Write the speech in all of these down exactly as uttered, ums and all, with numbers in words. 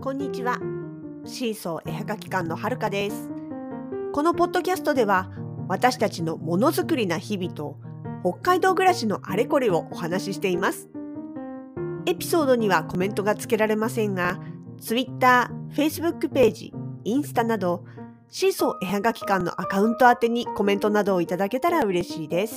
こんにちは。シーソー絵はがき館のはるかです。このポッドキャストでは、私たちのものづくりな日々と北海道暮らしのあれこれをお話ししています。エピソードにはコメントがつけられませんが、Twitter、Facebook ページ、インスタなどシーソー絵はがき館のアカウント宛てにコメントなどをいただけたら嬉しいです。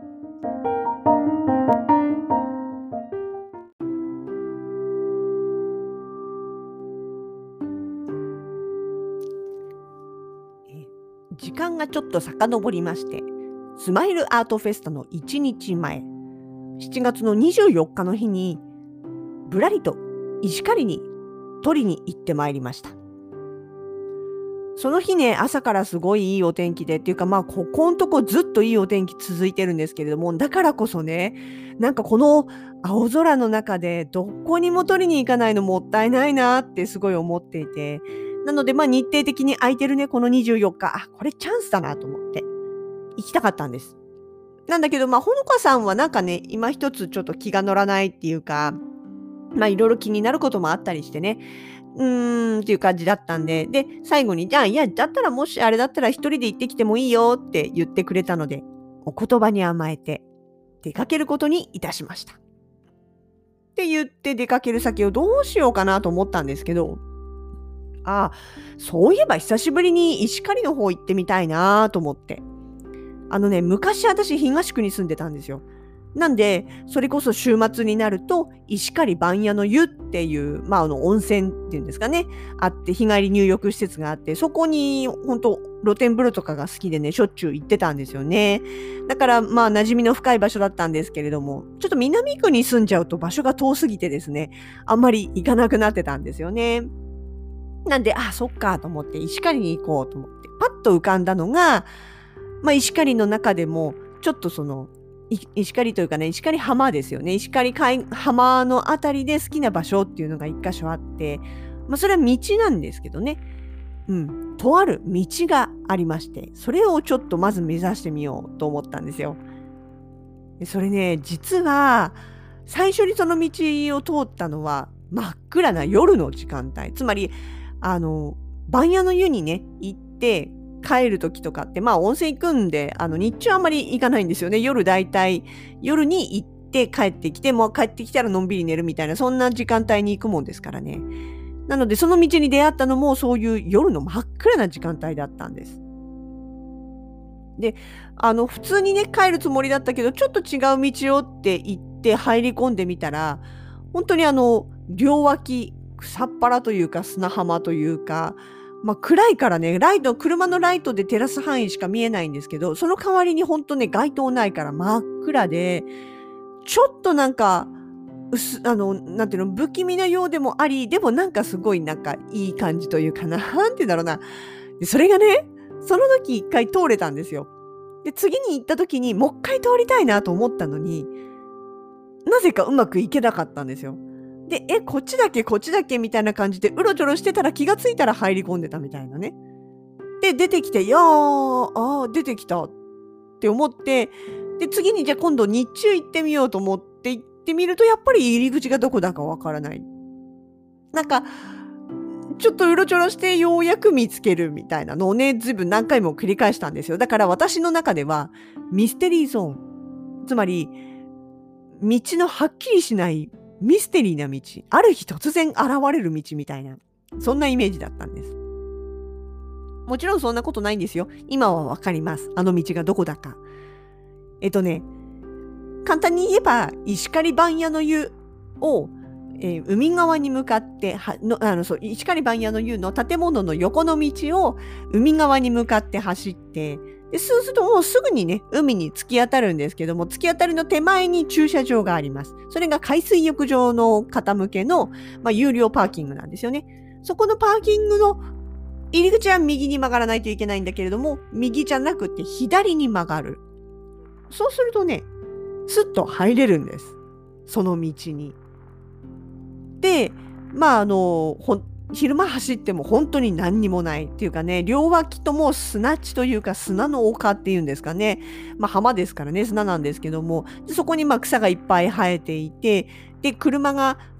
時間がちょっと遡りまして、スマイルアートフェスタのいちにちまえ、しちがつのにじゅうよっかの日に、ぶらりと石狩に取りに行ってまいりました。その日ね、朝からすごいいいお天気でっていうか、まあ、ここんとこずっといいお天気続いてるんですけれども、だからこそね、なんかこの青空の中でどこにも取りに行かないのもったいないなってすごい思っていて、なので、まあ日程的に空いてるね、このにじゅうよっか、あ、これチャンスだなと思って行きたかったんです。なんだけど、まあほのかさんはなんかね、今一つちょっと気が乗らないっていうか、まあいろいろ気になることもあったりしてね、うーんっていう感じだったんで、で、最後に、じゃあ、いや、だったらもしあれだったら一人で行ってきてもいいよって言ってくれたので、お言葉に甘えて出かけることにいたしました。って言って出かける先をどうしようかなと思ったんですけど、ああ、そういえば久しぶりに石狩の方行ってみたいなと思って。あのね、昔私東区に住んでたんですよ。なんで、それこそ週末になると、石狩番屋の湯っていう、まあ、あの、温泉っていうんですかね、あって、日帰り入浴施設があって、そこに、本当露天風呂とかが好きでね、しょっちゅう行ってたんですよね。だから、まあ、馴染みの深い場所だったんですけれども、ちょっと南区に住んじゃうと場所が遠すぎてですね、あんまり行かなくなってたんですよね。なんで、あ、そっかと思って石狩に行こうと思って、パッと浮かんだのが、まあ石狩の中でも、ちょっとその、石狩というかね、石狩浜ですよね。石狩海浜のあたりで好きな場所っていうのが一箇所あって、まあそれは道なんですけどね。うん。とある道がありまして、それをちょっとまず目指してみようと思ったんですよ。でそれね、実は、最初にその道を通ったのは真っ暗な夜の時間帯。つまり、あの、番屋の湯にね、行って帰る時とかって、まあ温泉行くんで、あの日中あんまり行かないんですよね。夜だいたい夜に行って帰ってきて、もう帰ってきたらのんびり寝るみたいな、そんな時間帯に行くもんですからね。なのでその道に出会ったのもそういう夜の真っ暗な時間帯だったんです。で、あの普通にね、帰るつもりだったけど、ちょっと違う道をって言って入り込んでみたら、本当にあの、両脇、草っぱらというか砂浜というか、まあ、暗いからね、ライト、車のライトで照らす範囲しか見えないんですけど、その代わりに本当ね、街灯ないから真っ暗で、ちょっとなんか、薄、あの、なんていうの、不気味なようでもあり、でもなんかすごいなんかいい感じというかな、なんていうんだろうな。でそれがね、その時一回通れたんですよ。で、次に行った時にもう一回通りたいなと思ったのに、なぜかうまくいけなかったんですよ。で、え、こっちだっけこっちだっけみたいな感じでうろちょろしてたら気がついたら入り込んでたみたいなね。で、出てきて、いやー、あー出てきたって思って、で、次にじゃあ今度日中行ってみようと思って行ってみると、やっぱり入り口がどこだかわからない。なんか、ちょっとうろちょろしてようやく見つけるみたいなのをね、ずいぶん何回も繰り返したんですよ。だから私の中ではミステリーゾーン。つまり、道のはっきりしないミステリーな道。ある日突然現れる道みたいな。そんなイメージだったんです。もちろんそんなことないんですよ。今はわかります。あの道がどこだか。えっとね、簡単に言えば、石狩番屋の湯を、えー海側に向かってはのあのそう石狩番屋の湯の建物の横の道を海側に向かって走って、でそうするともうすぐにね、海に突き当たるんですけども、突き当たりの手前に駐車場があります。それが海水浴場の方向けの、まあ、有料パーキングなんですよね。そこのパーキングの入り口は右に曲がらないといけないんだけれども、右じゃなくて左に曲がる。そうするとね、スッと入れるんです。その道に。で、まああの、ほん昼間走っても本当に何にもないっていうかね、両脇とも砂地というか砂の丘っていうんですかね。まあ浜ですからね、砂なんですけども、でそこにまあ草がいっぱい生えていて、で、車が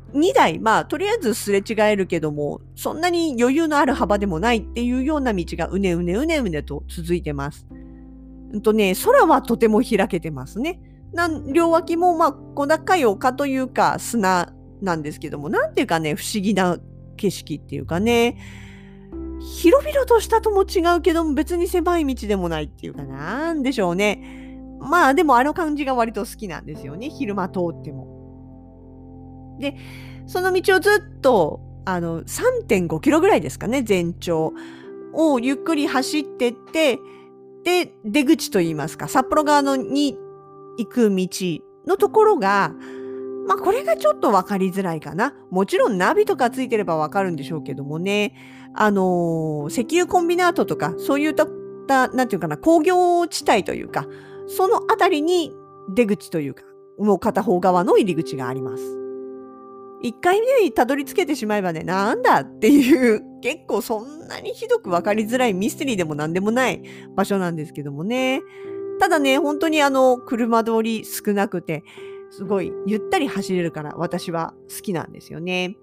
にだい、まあ、とりあえずすれ違えるけども、そんなに余裕のある幅でもないっていうような道がうねうねうねうねと続いてます。うんとね、空はとても開けてますね。なん両脇もまあ小高い丘というか砂なんですけども、なんていうかね、不思議な景色っていうかね、広々としたとも違うけども別に狭い道でもないっていうかなんでしょうね。まあでもあの感じが割と好きなんですよね、昼間通っても。で、その道をずっとあの さんてんごキロぐらいですかね、全長をゆっくり走ってって、で、出口といいますか、札幌側のに行く道のところが、まあこれがちょっと分かりづらいかな。もちろんナビとかついてれば分かるんでしょうけどもね、あのー石油コンビナートとか、そういった、なんていうかな、工業地帯というか、そのあたりに出口というか、もう片方側の入り口があります。一回目にたどり着けてしまえばね、なんだっていう、結構そんなにひどく分かりづらいミステリーでもなんでもない場所なんですけどもね。ただね、本当にあの、車通り少なくて、すごいゆったり走れるから私は好きなんですよね。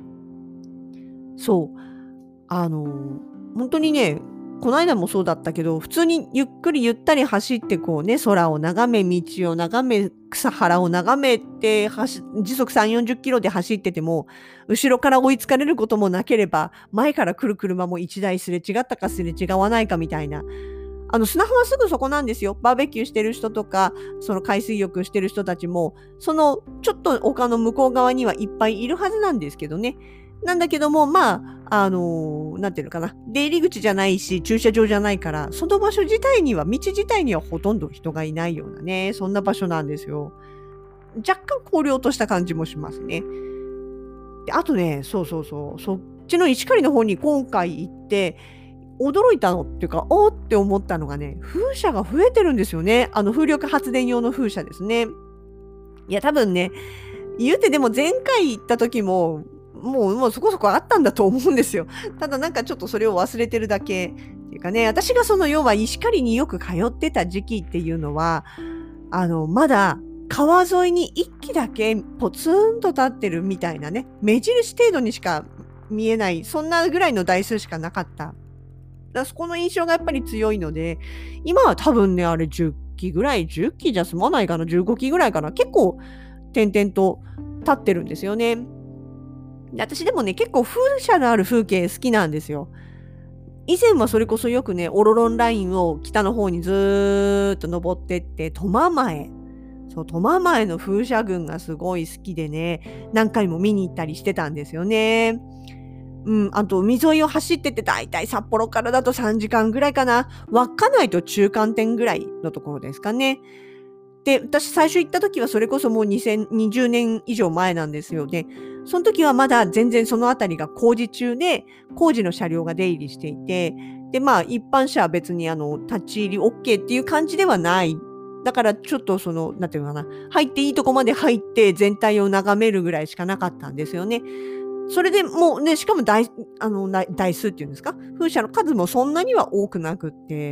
そう。あの、本当にね、この間もそうだったけど、普通にゆっくりゆったり走ってこうね、空を眺め、道を眺め、草原を眺めて、走時速さんじゅう、よんじゅっキロで走ってても、後ろから追いつかれることもなければ、前から来る車もいちだいすれ違ったかすれ違わないかみたいな。あの、砂浜はすぐそこなんですよ。バーベキューしてる人とか、その海水浴してる人たちも、そのちょっと丘の向こう側にはいっぱいいるはずなんですけどね。なんだけども、まあ、あのーなんていうのかな。出入り口じゃないし、駐車場じゃないから、その場所自体には、道自体にはほとんど人がいないようなね、そんな場所なんですよ。若干荒涼とした感じもしますね。で、あとね、そうそうそう、そっちの石狩の方に今回行って、驚いたのっていうか、おーって思ったのがね、風車が増えてるんですよね。あの風力発電用の風車ですね。いや、多分ね、言うてでも前回行った時も、もう、もうそこそこあったんだと思うんですよ。ただなんかちょっとそれを忘れてるだけっていうかね、私がその要は石狩によく通ってた時期っていうのは、あの、まだ川沿いに一基だけポツンと立ってるみたいなね、目印程度にしか見えない、そんなぐらいの台数しかなかった。だからそこの印象がやっぱり強いので、今は多分ね、あれじゅっきぐらい、じゅっきじゃ済まないかな、じゅうごきぐらいかな。結構点々と立ってるんですよね。で私でもね、結構風車のある風景好きなんですよ。以前はそれこそよくね、オロロンラインを北の方にずーっと登ってって、苫前。そう、苫前の風車群がすごい好きでね、何回も見に行ったりしてたんですよね。うん、あと海沿いを走っててだいたい札幌からだとさんじかんぐらいかな。稚内と中間点ぐらいのところですかね。で、私最初行った時はそれこそもうにせんにじゅうねん以上前なんですよね。その時はまだ全然そのあたりが工事中で、工事の車両が出入りしていて、で、まあ一般車は別にあの、立ち入り オーケー っていう感じではない。だからちょっとその、なんていうのかな、入っていいとこまで入って全体を眺めるぐらいしかなかったんですよね。それでもうね、しかも台、あの、な台数っていうんですか、風車の数もそんなには多くなくって、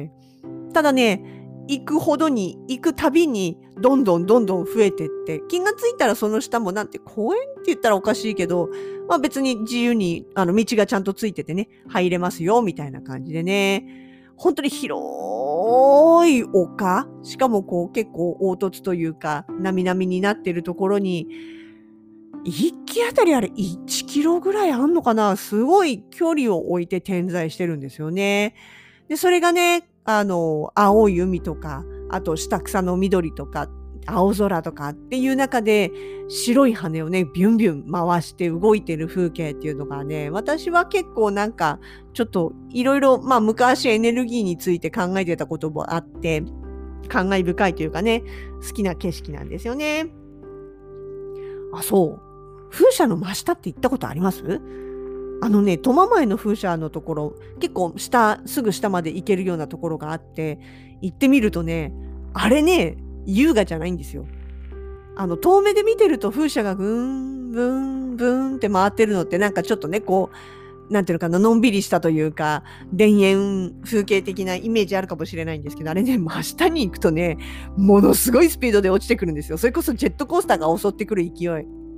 ただね、行くほどに、行くたびに、どんどんどんどん増えてって、気がついたらその下もなんて公園って言ったらおかしいけど、まあ別に自由に、あの、道がちゃんとついててね、入れますよ、みたいな感じでね。本当に広い丘、しかもこう結構凹凸というか、なみなみになってるところに、一気あたりあれいちキロぐらいあんのかな、すごい距離を置いて点在してるんですよね。で、それがね、あの、青い海とか、あと下草の緑とか、青空とかっていう中で、白い羽をね、ビュンビュン回して動いてる風景っていうのがね、私は結構なんか、ちょっといろいろ、まあ昔エネルギーについて考えてたこともあって、感慨深いというかね、好きな景色なんですよね。あ、そう。風車の真下って行ったことあります？あのね、苫前の風車のところ、結構下、すぐ下まで行けるようなところがあって、行ってみるとね、あれね、優雅じゃないんですよ。あの、遠目で見てると風車がぐーん、ブーン、ブーンって回ってるのってなんかちょっとね、こう、なんていうのかな、のんびりしたというか、田園風景的なイメージあるかもしれないんですけど、あれね、真下に行くとね、ものすごいスピードで落ちてくるんですよ。それこそジェットコースターが襲ってくる勢い。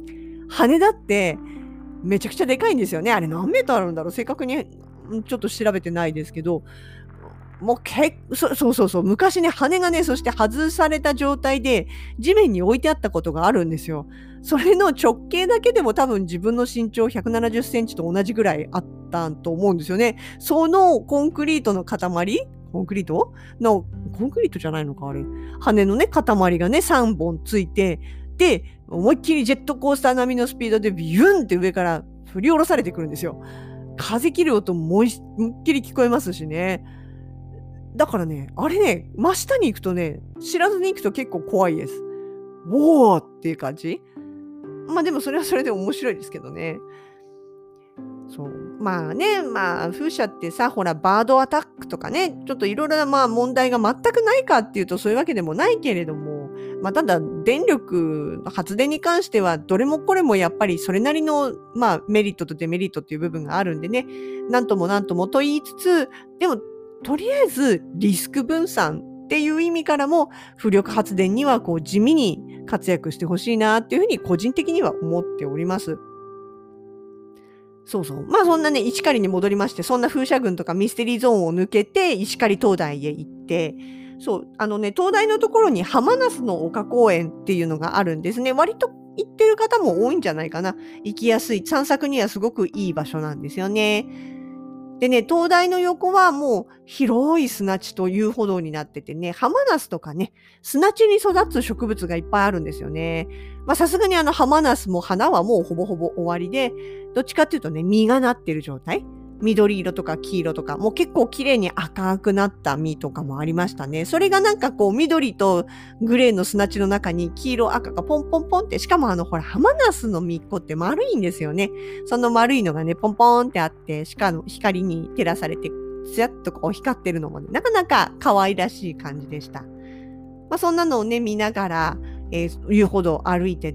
羽だってめちゃくちゃでかいんですよね。あれ何メートルあるんだろう、正確にちょっと調べてないですけど、もうけそそうそうそう、昔ね、羽がね、そして外された状態で地面に置いてあったことがあるんですよ。それの直径だけでも多分自分の身長ひゃくななじゅっセンチと同じぐらいあったと思うんですよね。そのコンクリートの塊コンクリートの、コンクリートじゃないのか、あれ。羽のね、塊がね、さんぼんついて、で、思いっきりジェットコースター並みのスピードでビュンって上から振り下ろされてくるんですよ。風切る音も思いっきり聞こえますしね。だからね、あれね、真下に行くとね、知らずに行くと結構怖いです。おーっていう感じ。まあでもそれはそれで面白いですけどね。そう。まあね、まあ風車ってさ、ほら、バードアタックとかね、ちょっといろいろなまあ問題が全くないかっていうとそういうわけでもないけれども、まあただ電力の発電に関してはどれもこれもやっぱりそれなりのまあメリットとデメリットっていう部分があるんでね、なんともなんともと言いつつ、でもとりあえずリスク分散っていう意味からも風力発電にはこう地味に活躍してほしいなっていうふうに個人的には思っております。そうそう。まあそんなね、石狩に戻りまして、そんな風車群とかミステリーゾーンを抜けて、石狩灯台へ行って、そう、あのね、灯台のところに浜那須の丘公園っていうのがあるんですね。割と行ってる方も多いんじゃないかな。行きやすい。散策にはすごくいい場所なんですよね。でね、灯台の横はもう広い砂地と遊歩道になっててね、浜ナスとかね、砂地に育つ植物がいっぱいあるんですよね。まあさすがにあの浜ナスも花はもうほぼほぼ終わりで、どっちかっていうとね、実がなってる状態。緑色とか黄色とか、もう結構綺麗に赤くなった実とかもありましたね。それがなんかこう緑とグレーの砂地の中に黄色赤がポンポンポンって、しかもあのほら浜ナスの実っこって丸いんですよね。その丸いのがね、ポンポンってあって、しかも光に照らされて、ツヤッとこう光ってるのもね、なかなか可愛らしい感じでした。まあそんなのをね、見ながら、えー、遊歩道を歩いてって、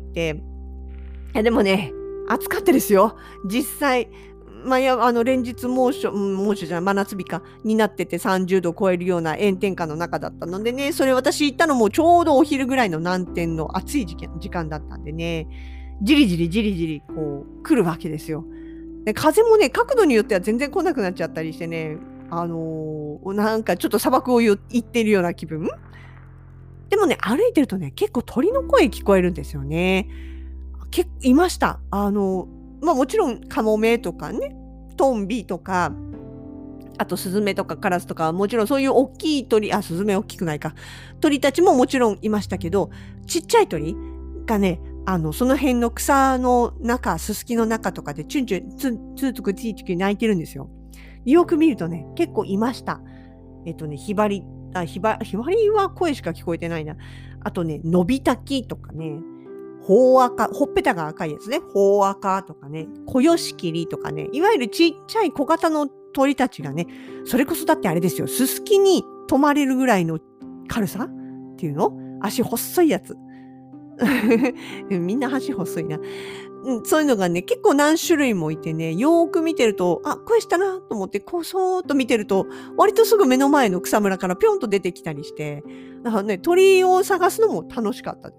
いやでもね、暑かったですよ。実際。まあ、いや、あの、連日猛暑、うん、猛暑じゃない、真夏日か、になっててさんじゅうど超えるような炎天下の中だったのでね、それ私行ったのもちょうどお昼ぐらいの南天の暑い時間時間だったんでね、じりじりじりじりこう来るわけですよ。で、風もね、角度によっては全然来なくなっちゃったりしてね、あのーなんかちょっと砂漠を行ってるような気分。でもね、歩いてるとね、結構鳥の声聞こえるんですよね。結構いました。あの、まあもちろんカモメとかね、トンビとか、あとスズメとかカラスとか、もちろんそういう大きい鳥、あ、スズメ大きくないか。鳥たちももちろんいましたけど、ちっちゃい鳥がね、あの、その辺の草の中、ススキの中とかでチュンチュン、ツン、ツーツクチーチク鳴いてるんですよ。よく見るとね、結構いました。えっとね、ヒバリ、あ、ヒバ、ヒバリは声しか聞こえてないな。あとね、ノビタキとかね、ホウアカ、ほっぺたが赤いやつね。ホウアカとかね、コヨシキリとかね、いわゆるちっちゃい小型の鳥たちがね、それこそだってあれですよ、ススキに止まれるぐらいの軽さっていうの？足細いやつ。みんな足細いな。うん、そういうのがね、結構何種類もいてね、よーく見てると、あ、声したなと思って、こうそーっと見てると、割とすぐ目の前の草むらからぴょんと出てきたりして、だからね、鳥を探すのも楽しかったです。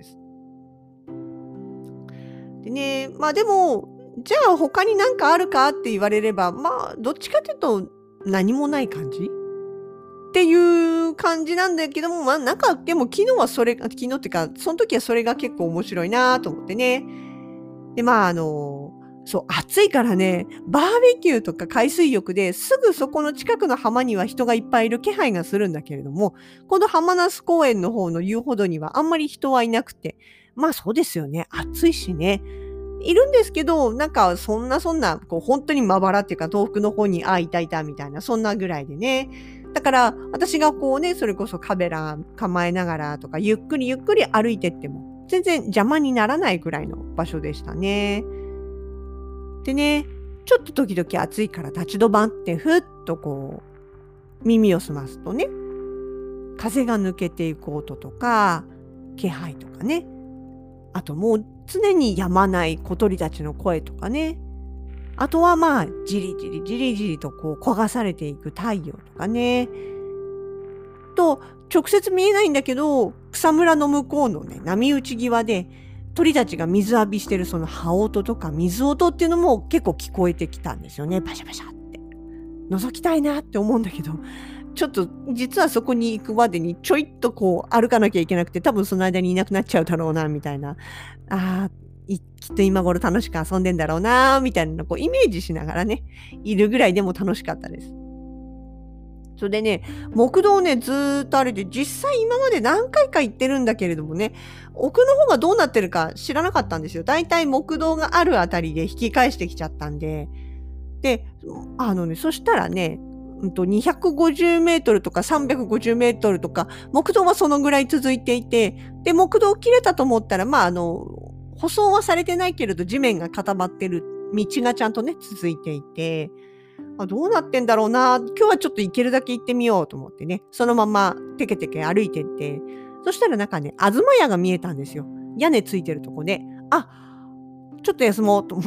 でね、まあでも、じゃあ他になんかあるかって言われれば、まあ、どっちかというと何もない感じっていう感じなんだけども、まあなんか、でも昨日はそれ、昨日っていうか、その時はそれが結構面白いなと思ってね。で、まああの、そう、暑いからね、バーベキューとか海水浴ですぐそこの近くの浜には人がいっぱいいる気配がするんだけれども、この浜那須公園の方の遊歩道にはあんまり人はいなくて、まあそうですよね。暑いしね。いるんですけど、なんかそんなそんな、こう本当にまばらっていうか遠くの方に、あ、いたいたみたいな、そんなぐらいでね。だから私がこうね、それこそカメラ構えながらとか、ゆっくりゆっくり歩いてっても、全然邪魔にならないぐらいの場所でしたね。でね、ちょっと時々暑いから立ち止まってふっとこう耳を澄ますとね、風が抜けていく音とか気配とかね、あともう常に止まない小鳥たちの声とかね、あとはまあじりじりじりじりとこう焦がされていく太陽とかね、と直接見えないんだけど草むらの向こうのね波打ち際で鳥たちが水浴びしてるその羽音とか水音っていうのも結構聞こえてきたんですよね。パシャパシャって。覗きたいなって思うんだけど、ちょっと実はそこに行くまでにちょいっとこう歩かなきゃいけなくて、多分その間にいなくなっちゃうだろうな、みたいな。ああ、きっと今頃楽しく遊んでんだろうな、みたいなのをこうイメージしながらね、いるぐらいでも楽しかったです。それでね、木道をね、ずーっと歩いて、実際今まで何回か行ってるんだけれどもね、奥の方がどうなってるか知らなかったんですよ。だいたい木道があるあたりで引き返してきちゃったんで。で、あのね、そしたらね、うんとにひゃくごじゅうメートルとかさんびゃくごじゅうメートルとか、木道はそのぐらい続いていて、で、木道切れたと思ったら、まあ、あの、舗装はされてないけれど、地面が固まってる道がちゃんとね、続いていて、あ、どうなってんだろうな。今日はちょっと行けるだけ行ってみようと思ってね、そのままテケテケ歩いてって、そしたらなんかね、東屋が見えたんですよ。屋根ついてるとこで。あ、ちょっと休もうと思って。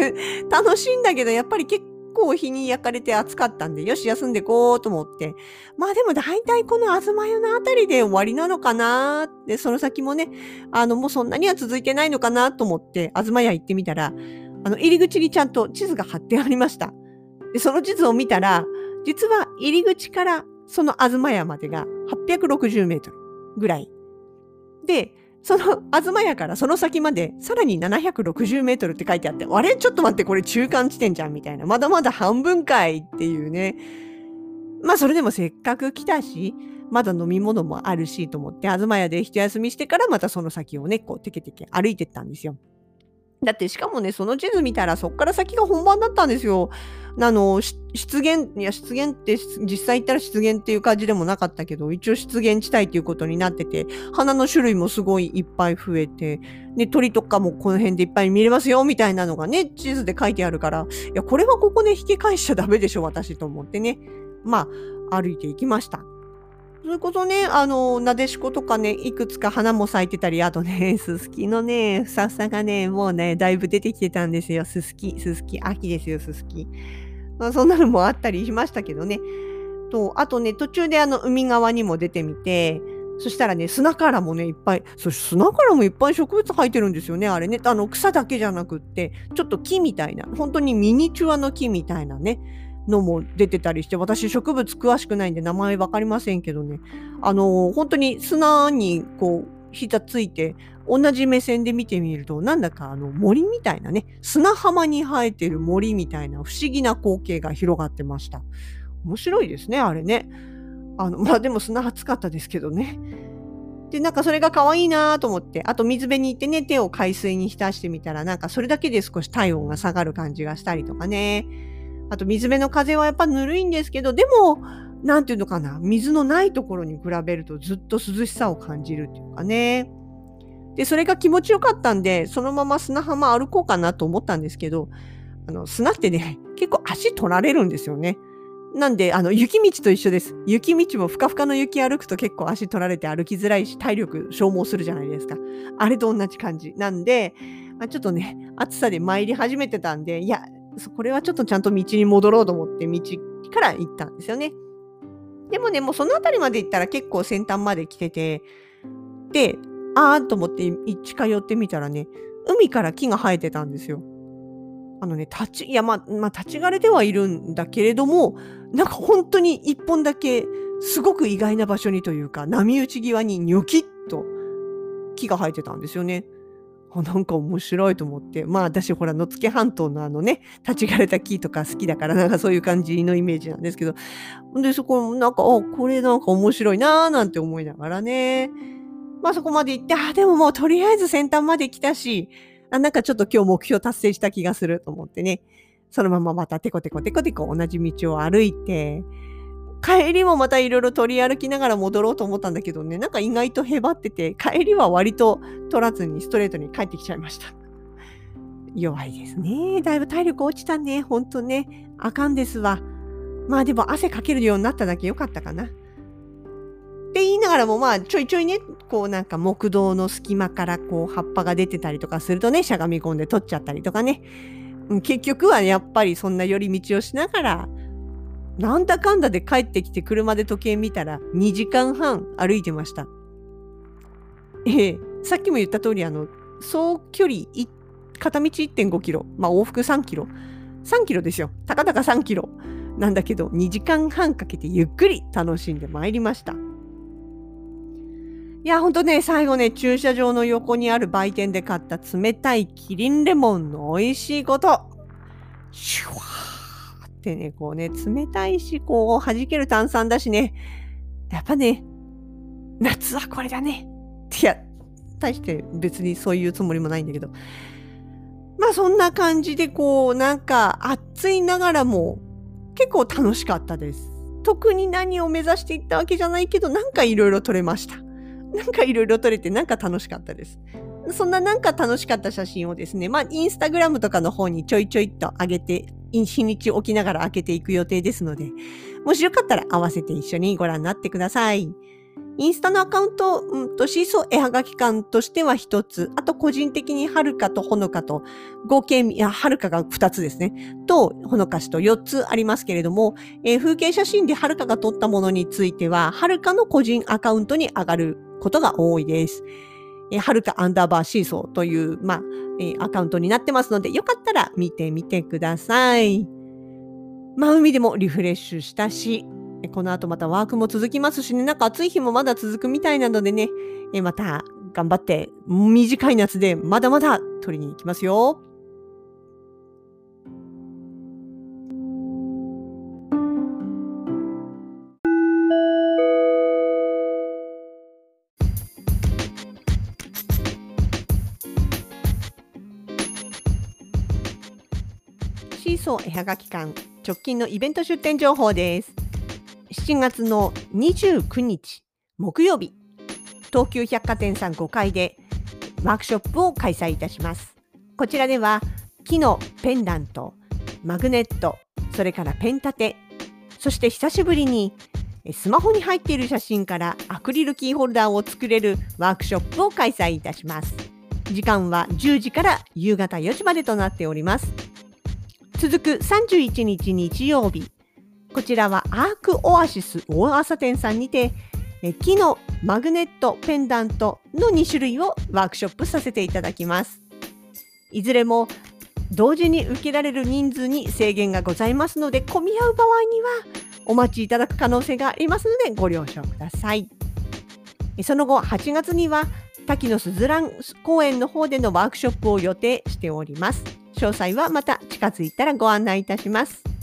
楽しいんだけど、やっぱり結構日に焼かれて暑かったんで、よし、休んでこうと思って。まあでも大体この東屋のあたりで終わりなのかなって、その先もね、あの、もうそんなには続いてないのかなと思って、東屋行ってみたら、あの、入り口にちゃんと地図が貼ってありました。で、その地図を見たら、実は入り口からその東屋までがはっぴゃくろくじゅうメートルぐらい。で、その東屋からその先までさらにななひゃくろくじゅうメートルって書いてあって、あれちょっと待って、これ中間地点じゃんみたいな。まだまだ半分かいっていうね。まあそれでもせっかく来たし、まだ飲み物もあるしと思って、東屋で一休みしてからまたその先をね、こうテケテケ歩いてったんですよ。だってしかもね、その地図見たらそっから先が本番だったんですよ。あの、湿原、いや湿原って実際行ったら湿原っていう感じでもなかったけど、一応湿原地帯っていうことになってて、花の種類もすごいいっぱい増えて、ね、鳥とかもこの辺でいっぱい見れますよみたいなのがね、地図で書いてあるから、いや、これはここで引き返しちゃダメでしょ、私と思ってね。まあ、歩いていきました。それこそね、あの、なでしことかね、いくつか花も咲いてたり、あとね、すすきのね、ふさふさがね、もうね、だいぶ出てきてたんですよ。すすき、すすき、秋ですよ、すすき。まあ、そんなのもあったりしましたけどね。と、あとね、途中であの、海側にも出てみて、そしたらね、砂からもね、いっぱい、そ砂からもいっぱい植物生えてるんですよね、あれね。あの、草だけじゃなくって、ちょっと木みたいな、本当にミニチュアの木みたいなね。のも出てたりして、私植物詳しくないんで名前わかりませんけどね。あの、本当に砂にこう、膝ついて、同じ目線で見てみると、なんだかあの森みたいなね、砂浜に生えてる森みたいな不思議な光景が広がってました。面白いですね、あれね。あの、まあでも砂暑かったですけどね。で、なんかそれが可愛いなと思って、あと水辺に行ってね、手を海水に浸してみたら、なんかそれだけで少し体温が下がる感じがしたりとかね。あと水辺の風はやっぱぬるいんですけど、でも、なんていうのかな、水のないところに比べるとずっと涼しさを感じるっていうかね。で、それが気持ちよかったんで、そのまま砂浜歩こうかなと思ったんですけど、あの、砂ってね、結構足取られるんですよね。なんで、あの、雪道と一緒です。雪道もふかふかの雪歩くと結構足取られて歩きづらいし、体力消耗するじゃないですか。あれと同じ感じ。なんで、まあ、ちょっとね、暑さで参り始めてたんで、いや、これはちょっとちゃんと道に戻ろうと思って道から行ったんですよね。でもね、もうその辺りまで行ったら結構先端まで来てて、で、あーと思って近寄ってみたらね、海から木が生えてたんですよ。あのね、立ち、いや、まあ、まあ、立ち枯れてはいるんだけれども、なんか本当に一本だけ、すごく意外な場所にというか、波打ち際にニョキッと木が生えてたんですよね。あ、なんか面白いと思って。まあ私ほら、野付半島のあのね、立ち枯れた木とか好きだから、なんかそういう感じのイメージなんですけど。で、そこなんか、あ、これなんか面白いなーなんて思いながらね。まあそこまで行って、あ、でももうとりあえず先端まで来たし、あ、なんかちょっと今日目標達成した気がすると思ってね。そのまままたテコテコテコテコ同じ道を歩いて、帰りもまたいろいろ取り歩きながら戻ろうと思ったんだけどね、なんか意外とへばってて、帰りは割と取らずにストレートに帰ってきちゃいました。弱いですね。だいぶ体力落ちたね。ほんとね。あかんですわ。まあでも汗かけるようになっただけ良かったかな。って言いながらもまあちょいちょいね、こうなんか木道の隙間からこう葉っぱが出てたりとかするとね、しゃがみ込んで取っちゃったりとかね。結局はやっぱりそんな寄り道をしながら、なんだかんだで帰ってきて車で時計見たらにじかんはん歩いてました。ええ、さっきも言った通りあの、 総距離い片道 いってんごキロ、まあ、往復さんキロ、さんキロですよ。たかだかさんキロなんだけど、にじかんはんかけてゆっくり楽しんでまいりました。いや、ほんとね、最後ね、駐車場の横にある売店で買った冷たいキリンレモンの美味しいこと。シュワーってね、こうね、冷たいし、こう弾ける炭酸だしね。やっぱね、夏はこれだね。いや、大して別にそういうつもりもないんだけど。まあそんな感じでこう、なんか暑いながらも結構楽しかったです。特に何を目指していったわけじゃないけど、なんかいろいろ撮れました。なんかいろいろ撮れてなんか楽しかったです。そんななんか楽しかった写真をですね、まあインスタグラムとかの方にちょいちょいっと上げて、日にち置きながら開けていく予定ですので、もしよかったら合わせて一緒にご覧になってください。インスタのアカウント、うんと、シーソー絵はがき館としては一つ、あと個人的にはるかとほのかと、合計、いや、はるかが二つですね。と、ほのかしとよっつありますけれども、えー、風景写真ではるかが撮ったものについては、はるかの個人アカウントに上がることが多いです。えー、はるかアンダーバーシーソーという、まあ、えー、アカウントになってますので、よかったら見てみてください。まあ、海でもリフレッシュしたし、この後またワークも続きますしね、なんか暑い日もまだ続くみたいなのでね、えまた頑張って短い夏でまだまだ取りに行きますよ。シーソー絵はがき館直近のイベント出店情報です。しちがつのにじゅうくにち木曜日、東急百貨店さんごかいでワークショップを開催いたします。こちらでは木のペンダント、マグネット、それからペン立て、そして久しぶりにスマホに入っている写真からアクリルキーホルダーを作れるワークショップを開催いたします。時間はじゅうじから夕方よじまでとなっております。続くさんじゅういちにち日曜日、こちらはアークオアシス大朝店さんにて木のマグネットペンダントのにしゅるいをワークショップさせていただきます。いずれも同時に受けられる人数に制限がございますので、混み合う場合にはお待ちいただく可能性がありますのでご了承ください。その後はちがつには滝のすずらん公園の方でのワークショップを予定しております。詳細はまた近づいたらご案内いたします。